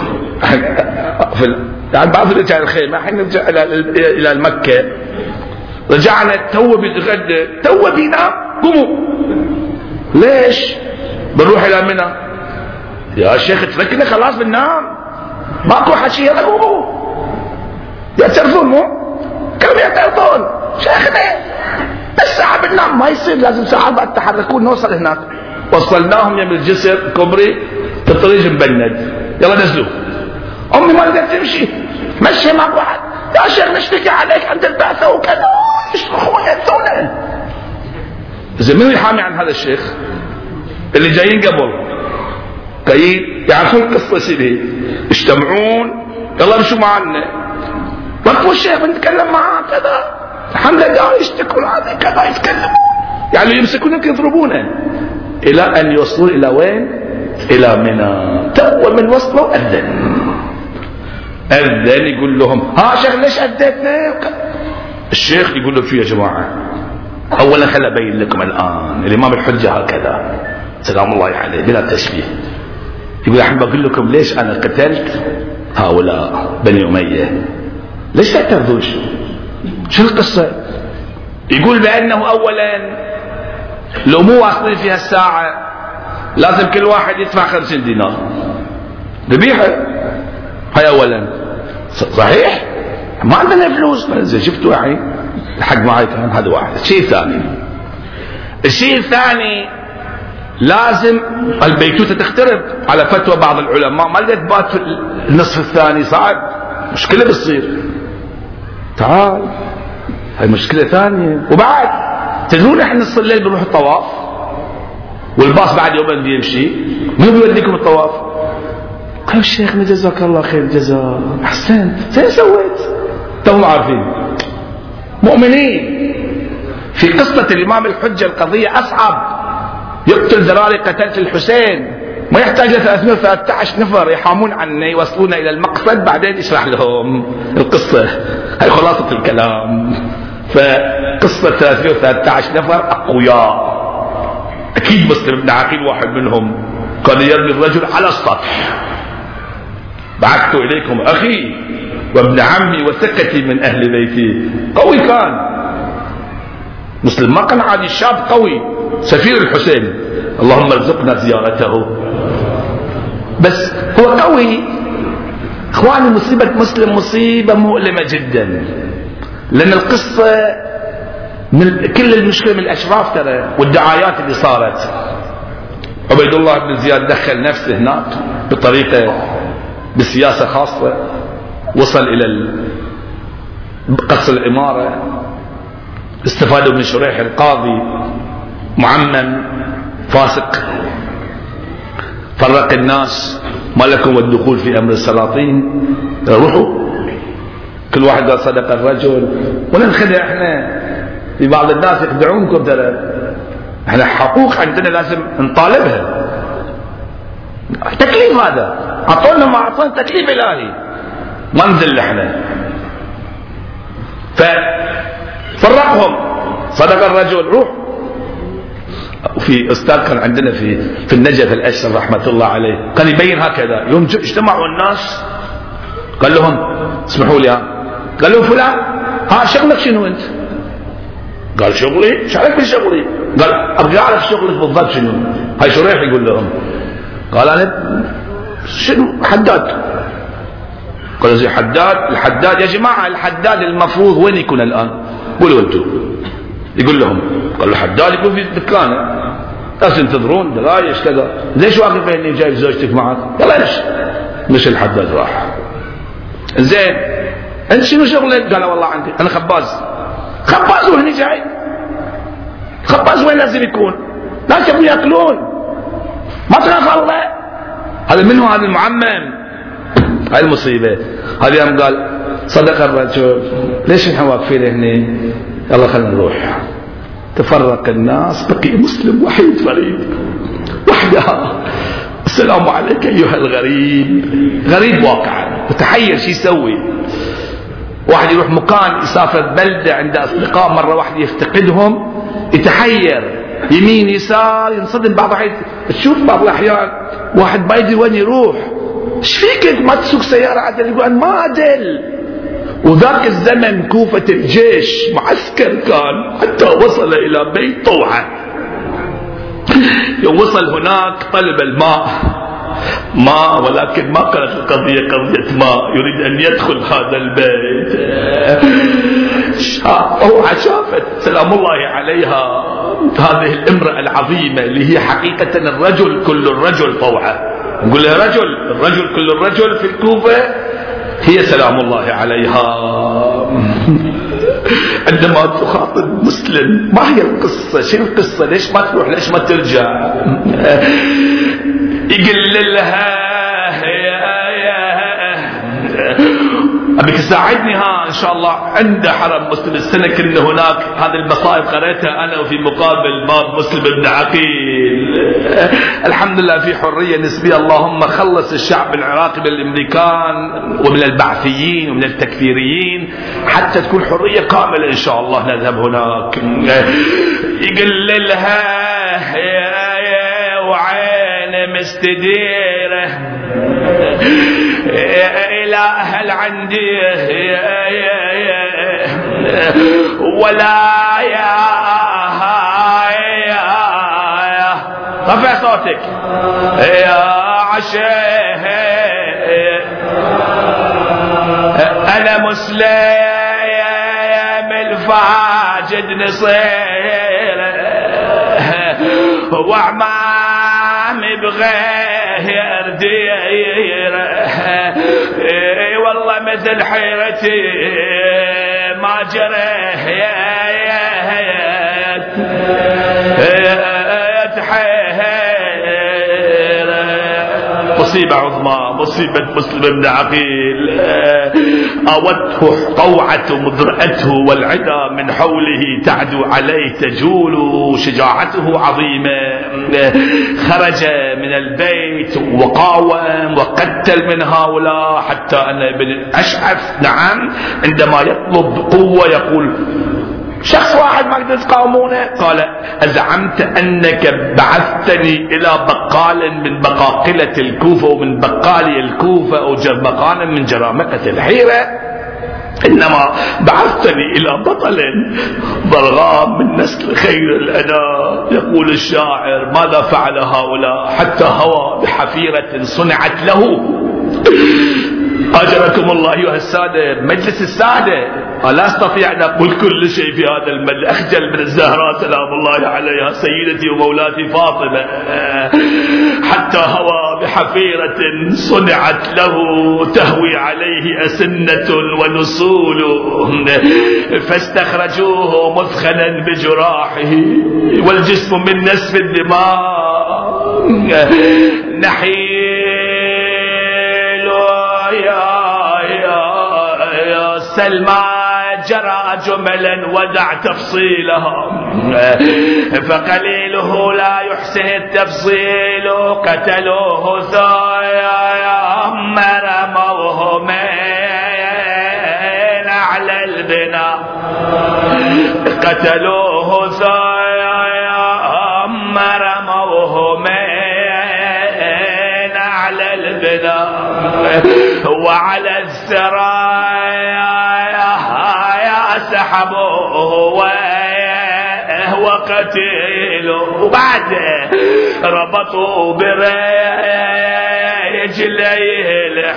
في يعني بعض رجع الخيمة، الحين نرجع إلى إلى المكة. رجعنا تو بيتغدى تو بينام قوموا. ليش؟ بنروح إلى منى. يا شيخ تركنا خلاص بننام ماكو حكي يلا قوموا. يعترضون مو؟ كانوا يعترضون شيخنا بس ساعة بننام ما يصير، لازم ساعة بعد تحركون نوصل هناك. وصلناهم يم الجسر كوبري في الطريق مبند، يلا نزلوا. أمي ما قدرت تمشي مشي مع واحد. يا شيخ نشتكي عليك عند البعثة وكذا يشرخون ينسونا. إذا من يحامي عن هذا الشيخ؟ اللي جايين قبل جايين يعرفون القصة شنو، يجتمعون يلا امشوا معنا. وقفوا الشيخ بنتكلم معاه كذا، الحمد لله يشتكون هذا كذا يتكلمون يعني يمسكونك يضربونه إلى أن يوصلوا إلى وين؟ إلى منى. تو من وصلوا أذن أذن يقول لهم ها شيخ ليش أذيتنا؟ الشيخ يقول له شو يا جماعة؟ أولا خل أبين لكم الآن الإمام الحجة هكذا سلام الله عليه بلا تشبيه. يقول الحين بقول لكم ليش أنا قتلت هؤلاء بني أمية. ليش تعترضون؟ شو القصة؟ يقول بأنه أولا لو مو واصلين فيها الساعة لازم كل واحد يدفع خمسين دينار ذبيحة. هاي أولا صحيح ما عندنا فلوس زي شفتوا الحين الحق معي كان. هذا واحد. الشيء الثاني الشيء الثاني لازم البيتوتة تخترب على فتوى بعض العلماء، ما لقيت بات في النصف الثاني صعب مشكلة بتصير. تعال هاي مشكلة ثانية. وبعد تدرون احنا نص الليل بنروح الطواف والباص بعد يومين بده يمشي، من بيوديكم الطواف؟ قال شيخنا جزاك الله خير جزاء احسنت زين سويت. توهم عارفين مؤمنين. في قصة الإمام الحجة القضية أصعب. يقتل ذراري قتلت الحسين ما يحتاج ل ثلاثمئة وثلاثة عشر نفر يحامون عنه يوصلون إلى المقصد بعدين يشرح لهم القصة. هاي خلاصة الكلام. فقصة ثلاثمئة وثلاثة عشر نفر أقوياء أكيد مسلم بن عقيل واحد منهم كان يرمي الرجل على السطح. بعثت إليكم أخي وابن عمي وثقتي من أهل بيتي. قوي كان مسلم ما كان عادي، شاب قوي سفير الحسين اللهم ارزقنا زيارته. بس هو قوي. اخواني مصيبة مسلم مصيبة مؤلمة جدا، لأن القصة من كل المشكلة من الأشراف ترى والدعايات اللي صارت. عبيد الله بن زياد دخل نفسه هناك بطريقة بسياسة خاصة، وصل إلى قصر الإمارة، استفادوا من شريح القاضي معمم فاسق، فرق الناس، ما لكم الدخول في أمر السلاطين، روحوا كل واحد قال صدق الرجل. ولا نخدع احنا، في بعض الناس يخدعونكم، ترى احنا حقوق عندنا لازم نطالبها. تكليف هذا، اعطونا ما اعطونا، تكليف الهي، ما نذل احنا. ففرقهم، صدق الرجل، روح. وفي استاذ كان عندنا في في النجف الاشرف رحمه الله عليه، كان يبين هكذا، يوم اجتمعوا الناس قال لهم اسمحوا لي، قال لهم فلان ها شغلك شنو انت؟ قال شغلي؟ شو عليك بشغلي؟ قال ابغى اعرف شغلك بالضبط شنو؟ هاي شريح يقول لهم. قال انا شنو؟ حداد. قالوا زي حداد؟ الحداد يا جماعه الحداد المفروض وين يكون الان؟ قولوا انتم. يقول لهم، قال له حداد يكون في دكانه، ناس ينتظرون درايش كذا، ليش واقف هني جايب زوجتك معك؟ قال ليش؟ مش الحداد راح. زين انت شنو شغلك؟ قال والله عندي انا خباز. خباز وهني جاي؟ خباز وين لازم يكون؟ ناس يبغوا ياكلون، ما تخاف الله. هذا منه هذا المعمم، هاي المصيبه. هذا يوم قال صدق الرجل، ليش نحن واقفين هني؟ يلا خلينا نروح. تفرق الناس، بقي مسلم وحيد فريد وحدها. السلام عليك ايها الغريب. غريب واقعا، متحير شو يسوي. واحد يروح مكان، يسافر بلده عند اصدقاء، مره واحده يفتقدهم، يتحير يمين يسار، ينصدم. بعض الاحيان تشوف بعض الاحيان واحد ما يدري وين يروح. ايش فيك ما تسوق سياره عدل؟ يقول انا ما ادل. وذاك الزمن كوفة الجيش معسكر كان، حتى وصل الى بيت طوعة. يوم وصل هناك طلب الماء، ماء، ولكن ما كانت القضية قضية ماء، يريد ان يدخل هذا البيت. طوعة شافت سلام الله عليها هذه الامرأة العظيمة اللي هي حقيقة الرجل كل الرجل. طوعة نقول لها رجل، الرجل كل الرجل في الكوفة، هي سلام الله عليها. عندما تخاطب مسلم، ما هي القصة؟ شو القصة؟ ليش ما تروح؟ ليش ما ترجع؟ يقول لها أبيك تساعدني ها إن شاء الله. عند حرم مسلم السنة كنا هناك، هذه المصائب قريتها أنا وفي مقابل باب مسلم بن عقيل. الحمد لله في حرية نسبية، اللهم خلص الشعب العراقي من الأمريكان ومن البعثيين ومن التكفيريين حتى تكون حرية كاملة إن شاء الله. نذهب هناك. يقول لها يا وعين مستديرة إلى أهل عندي ولا يا رفع صوتك يا عشاء أنا مسلم الفاجد نصير وعمامي بغير دير والله مثل حيرتي ما جرى مصيبة عظمى، مصيبة مسلم بن عقيل. أوته طوعة مذرأته والعدا من حوله تعدو عليه تجول، شجاعته عظيمة. خرج من البيت وقاوم وقتل من هؤلاء، حتى أن ابن الأشعث نعم عندما يطلب قوة يقول شخص واحد ما قدرت تقاومونه. قال أزعمت أنك بعثتني إلى بقال من بقاقلة الكوفة ومن بقالي الكوفة أو جرمقانا من جرامقة الحيرة، إنما بعثتني إلى بطل ضرغام من نسل خير الأنام. يقول الشاعر ماذا فعل هؤلاء حتى هوى بحفيرة صنعت له. أجركم الله أيها السادة، مجلس السادة. لا أستطيع أن أقول كل شيء في هذا المجلس، أخجل من الزهراء سلام الله عليها سيدتي ومولاتي فاطمة. حتى هوى بحفيرة صنعت له تهوي عليه أسنة ونسول، فاستخرجوه مثخنا بجراحه والجسم من نسف الدماء النحيل يا يا يا سلمى جرى جملا ودع تفصيلها فقليله لا يحسن التفصيل قتلوه ثم رموه من أعلى البناء قتلوه ثم رموه من أعلى البناء وعلى الثرايا سحبوه وهو قتيل وبعد ربطوا برجليه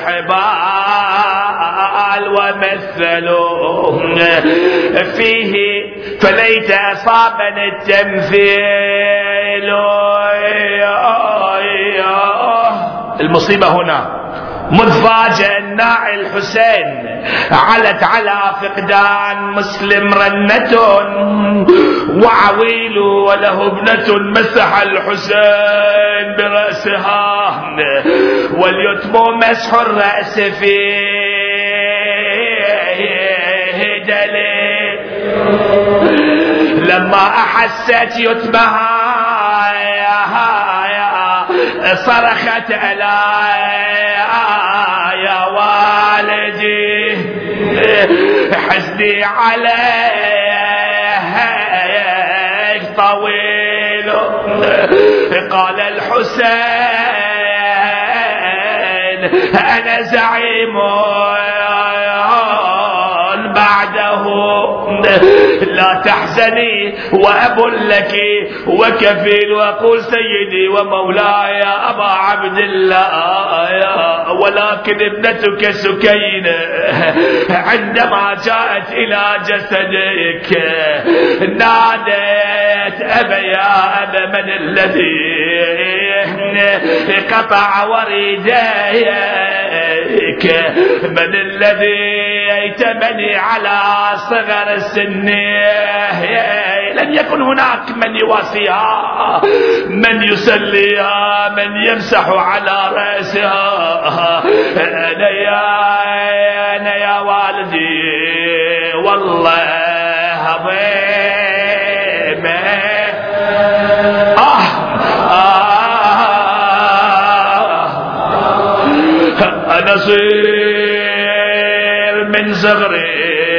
الحبال ومثلوا فيه فليت أصابني التمثيل. المصيبة هنا مذ فاجأ الناعي الحسين علت على فقدان مسلم رنة وعويل وله ابنة مسح الحسين برأسها واليتم مسح الرأس فيه دليل. لما أحست يتمها صرخت ألا يا والدي حزني عليك طويل. قال الحسين أنا زعيم بعده لا تحزني وأب لك وكفيل وأقول سيدي ومولاي أبا عبد الله ولكن ابنتك سكينة عندما جاءت إلى جسدك نادت أبا يا أبا من الذي قطع وريديك من الذي يتمني على صغر السن لم يكن هناك من يواسيها من يسليها من يمسح على رأسها. أنا يا أنا يا والدي والله عظيم آه آه أنا صير من صغري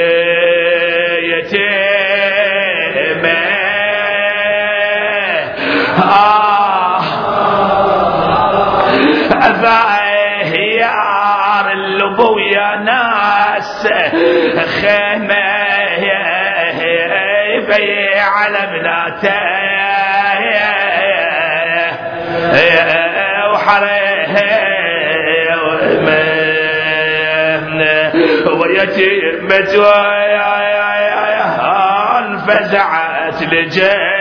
يتيم آه أثايار اللبو يا ناس خيمة في على بناته وحريه ويتيمة انفزعت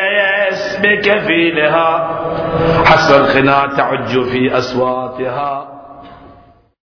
لجسم كفيلها حصر الخنا تعج في أصواتها